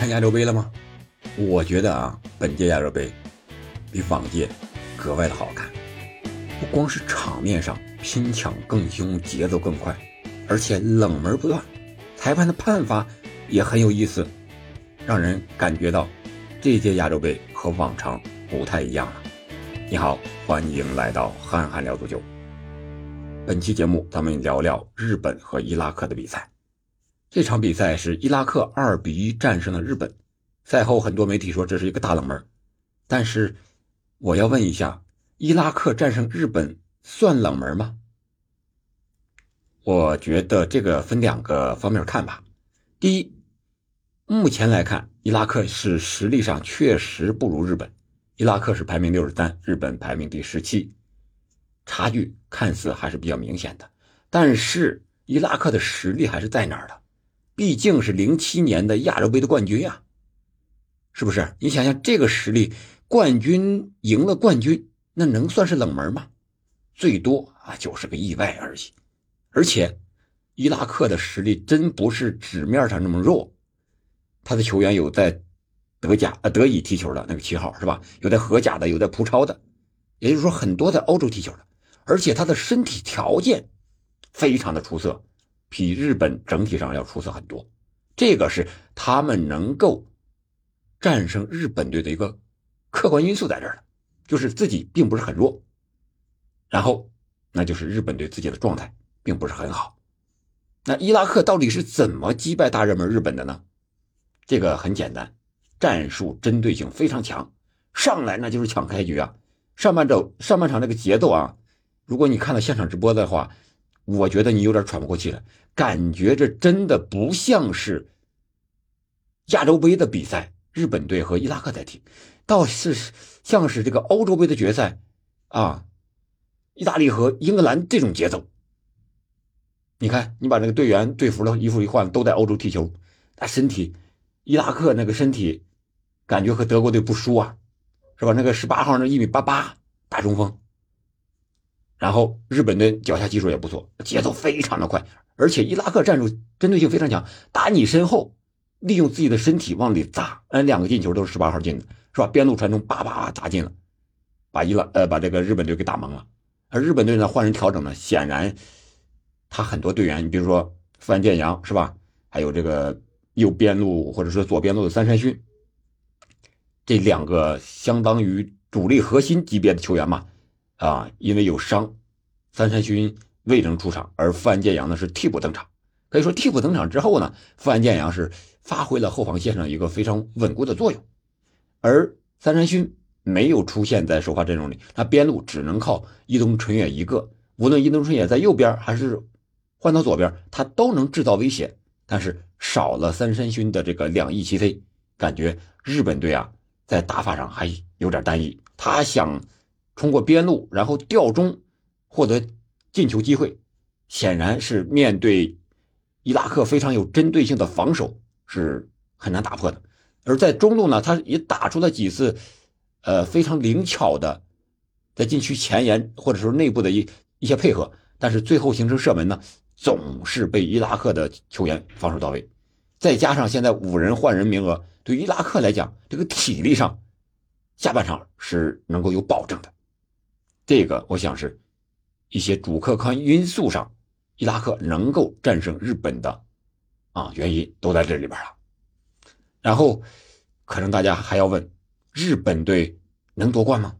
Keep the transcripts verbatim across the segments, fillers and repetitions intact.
亚洲杯了吗？我觉得啊，本届亚洲杯比往届格外的好看，不光是场面上拼抢更凶，节奏更快，而且冷门不断，裁判的判罚也很有意思，让人感觉到这届亚洲杯和往常不太一样了。你好，欢迎来到憨憨聊足球。本期节目咱们聊聊日本和伊拉克的比赛。这场比赛是伊拉克二比一战胜了日本，赛后很多媒体说这是一个大冷门，但是我要问一下，伊拉克战胜日本算冷门吗？我觉得这个分两个方面看吧。第一，目前来看，伊拉克是实力上确实不如日本，伊拉克是排名六十三，日本排名第十七，差距看似还是比较明显的，但是伊拉克的实力还是在哪儿的？毕竟是零七年的亚洲杯的冠军呀，是不是？你想想这个实力，冠军赢了冠军，那能算是冷门吗？最多啊就是个意外而已。而且伊拉克的实力真不是纸面上那么弱，他的球员有在德甲呃德乙踢球的那个七号是吧？有在荷甲的，有在葡超的，也就是说很多在欧洲踢球的，而且他的身体条件非常的出色，比日本整体上要出色很多，这个是他们能够战胜日本队的一个客观因素在这儿的，就是自己并不是很弱，然后那就是日本队自己的状态并不是很好。那伊拉克到底是怎么击败大热门日本的呢？这个很简单，战术针对性非常强，上来那就是抢开局啊。上半周上半场这个节奏啊，如果你看到现场直播的话，我觉得你有点喘不过气来，感觉这真的不像是亚洲杯的比赛，日本队和伊拉克在踢，倒是像是这个欧洲杯的决赛啊，意大利和英格兰这种节奏。你看，你把这个队员队服的衣服一换，都在欧洲踢球，他身体，伊拉克那个身体感觉和德国队不输啊，是吧？那个十八号那一米八八大中锋。然后日本队脚下技术也不错，节奏非常的快，而且伊拉克战术针对性非常强，打你身后利用自己的身体往里砸，嗯，两个进球都是十八号进的，是吧？边路传中叭叭叭砸进了，把伊拉呃把这个日本队给打懵了。而日本队呢换人调整呢，显然他很多队员，你比如说范建阳是吧？还有这个右边路或者说左边路的三山勋，这两个相当于主力核心级别的球员嘛。啊，因为有伤，三山勋未能出场，而范建阳呢是替补登场。可以说替补登场之后呢，范建阳是发挥了后防线上一个非常稳固的作用，而三山勋没有出现在首发阵容里，他边路只能靠伊东纯也一个，无论伊东纯也在右边还是换到左边，他都能制造威胁，但是少了三山勋的这个两翼齐飞，感觉日本队啊在打法上还有点单一，他想通过边路然后吊中获得进球机会，显然是面对伊拉克非常有针对性的防守是很难打破的。而在中路呢，他也打出了几次呃非常灵巧的在禁区前沿或者说内部的一一些配合，但是最后形成射门呢，总是被伊拉克的球员防守到位。再加上现在五人换人名额，对伊拉克来讲，这个体力上下半场是能够有保证的。这个我想是一些主客观因素上，伊拉克能够战胜日本的啊原因都在这里边了。然后可能大家还要问，日本队能夺冠吗？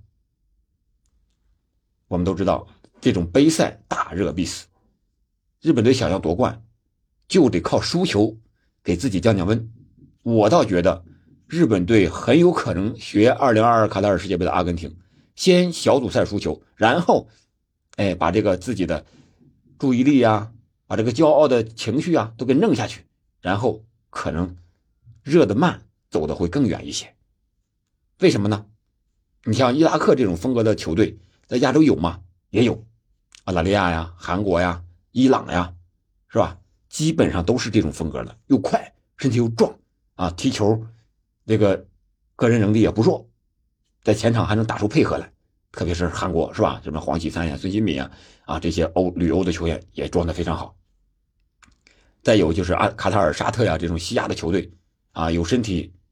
我们都知道这种杯赛大热必死，日本队想要夺冠就得靠输球给自己降降温。我倒觉得日本队很有可能学二零二二卡塔尔世界杯的阿根廷，先小组赛输球，然后哎把这个自己的注意力啊，把这个骄傲的情绪啊都给弄下去，然后可能热得慢，走得会更远一些。为什么呢？你像伊拉克这种风格的球队在亚洲有吗？也有，澳大利亚呀、韩国呀、伊朗呀，是吧？基本上都是这种风格的，又快，身体又壮啊，踢球这个个人能力也不弱，在前场还能打出配合来。特别是韩国是吧？什么黄喜灿呀、孙兴敏啊，啊这些欧旅欧的球员也装得非常好。再有就是啊卡塔尔、沙特呀这种西亚的球队啊，有身体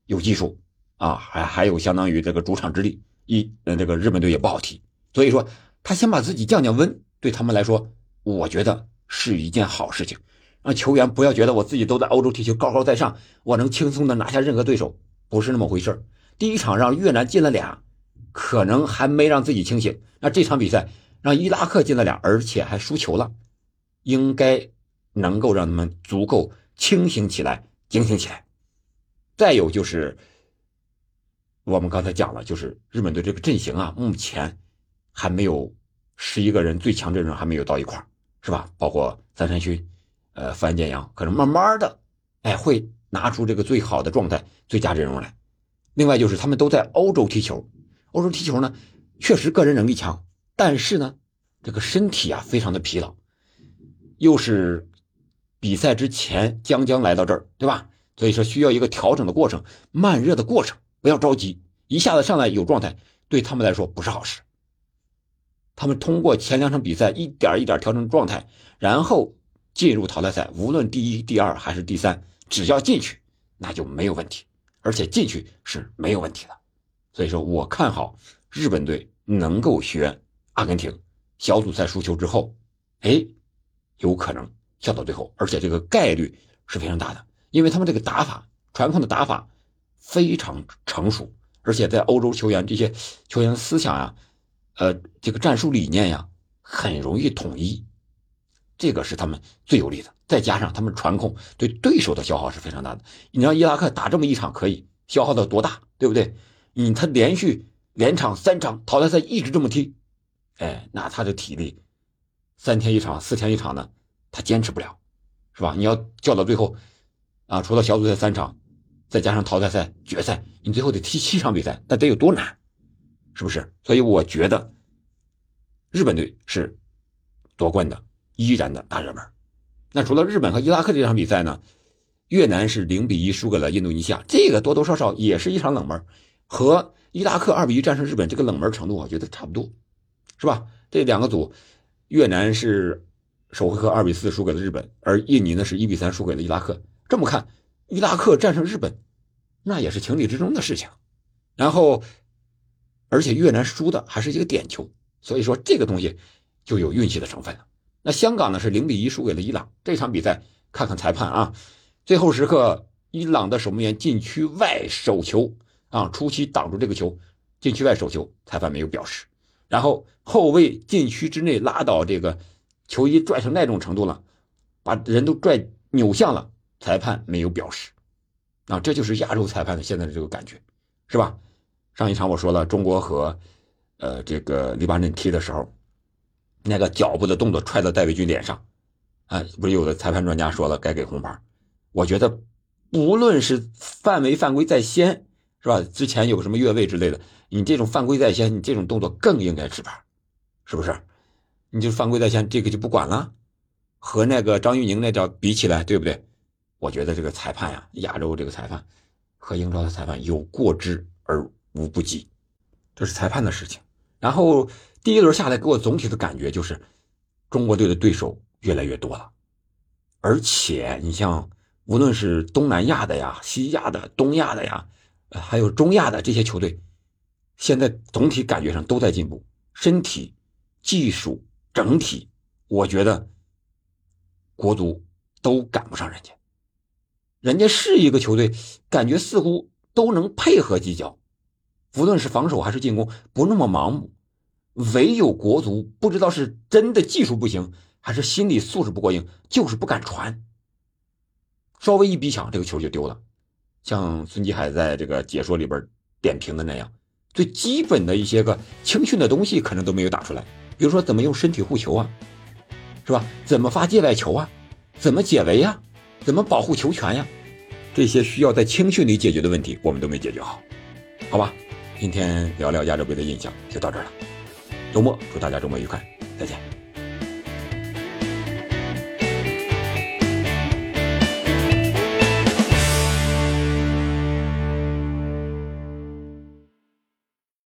有技术啊，还还有相当于这个主场之力，一呃这个日本队也不好踢，所以说他先把自己降降温，对他们来说，我觉得是一件好事情，让球员不要觉得我自己都在欧洲踢球高高在上，我能轻松的拿下任何对手，不是那么回事。第一场让越南进了俩，可能还没让自己清醒，那这场比赛让伊拉克进了俩，而且还输球了，应该能够让他们足够清醒起来，警醒起来。再有就是我们刚才讲了，就是日本队这个阵型啊，目前还没有十一个人最强阵容还没有到一块，是吧？包括三山勋、呃范建阳，可能慢慢的，哎，会拿出这个最好的状态、最佳阵容来。另外就是他们都在欧洲踢球，欧洲踢球呢，确实个人能力强，但是呢，这个身体啊非常的疲劳，又是比赛之前将将来到这儿，对吧？所以说需要一个调整的过程，慢热的过程，不要着急，一下子上来有状态，对他们来说不是好事。他们通过前两场比赛一点一点调整状态，然后进入淘汰赛，无论第一、第二还是第三，只要进去，那就没有问题，而且进去是没有问题的。所以说我看好日本队能够学阿根廷，小组赛输球之后，哎，有可能笑到最后，而且这个概率是非常大的，因为他们这个打法，传控的打法非常成熟，而且在欧洲球员这些球员思想呀、呃，这个战术理念呀，很容易统一，这个是他们最有利的。再加上他们传控对对手的消耗是非常大的，你让伊拉克打这么一场可以消耗到多大，对不对？你他连续连场三场淘汰赛一直这么踢，哎，那他的体力三天一场四天一场的他坚持不了，是吧？你要叫到最后啊，除了小组赛三场再加上淘汰赛决赛，你最后得踢七场比赛，那得有多难，是不是？所以我觉得日本队是夺冠的依然的大热门。那除了日本和伊拉克这场比赛呢，越南是零比一输给了印度尼西亚，这个多多少少也是一场冷门，和伊拉克二比一战胜日本这个冷门程度我觉得差不多，是吧？这两个组，越南是首回合二比四输给了日本，而印尼呢是一比三输给了伊拉克。这么看，伊拉克战胜日本那也是情理之中的事情。然后而且越南输的还是一个点球，所以说这个东西就有运气的成分了。那香港呢是零比一输给了伊朗，这场比赛看看裁判啊，最后时刻伊朗的守门员禁区外手球啊，初期挡住这个球，禁区外手球，裁判没有表示。然后后卫禁区之内拉倒，这个球衣拽成那种程度了，把人都拽扭向了，裁判没有表示。啊，这就是亚洲裁判的现在的这个感觉，是吧？上一场我说了，中国和呃这个黎巴嫩踢的时候，那个脚步的动作踹到戴维军脸上，啊，不是有的裁判专家说了该给红牌。我觉得无论是范围犯规在先，是吧？之前有什么越位之类的，你这种犯规在先，你这种动作更应该吃牌，是不是？你就犯规在先，这个就不管了，和那个张玉宁那招比起来，对不对？我觉得这个裁判呀，亚洲这个裁判和英超的裁判有过之而无不及，这是裁判的事情。然后第一轮下来给我总体的感觉就是中国队的对手越来越多了，而且你像无论是东南亚的呀、西亚的、东亚的呀，还有中亚的这些球队，现在总体感觉上都在进步，身体、技术、整体，我觉得国足都赶不上人家。人家是一个球队，感觉似乎都能配合技巧，无论是防守还是进攻，不那么盲目。唯有国足不知道是真的技术不行，还是心理素质不过硬，就是不敢传。稍微一逼抢，这个球就丢了。像孙继海在这个解说里边点评的那样，最基本的一些个青训的东西可能都没有打出来。比如说怎么用身体护球啊，是吧？怎么发界外球啊？怎么解围啊？怎么保护球权呀？这些需要在青训里解决的问题，我们都没解决好，好吧？今天聊聊亚洲杯的印象就到这儿了。周末祝大家周末愉快，再见。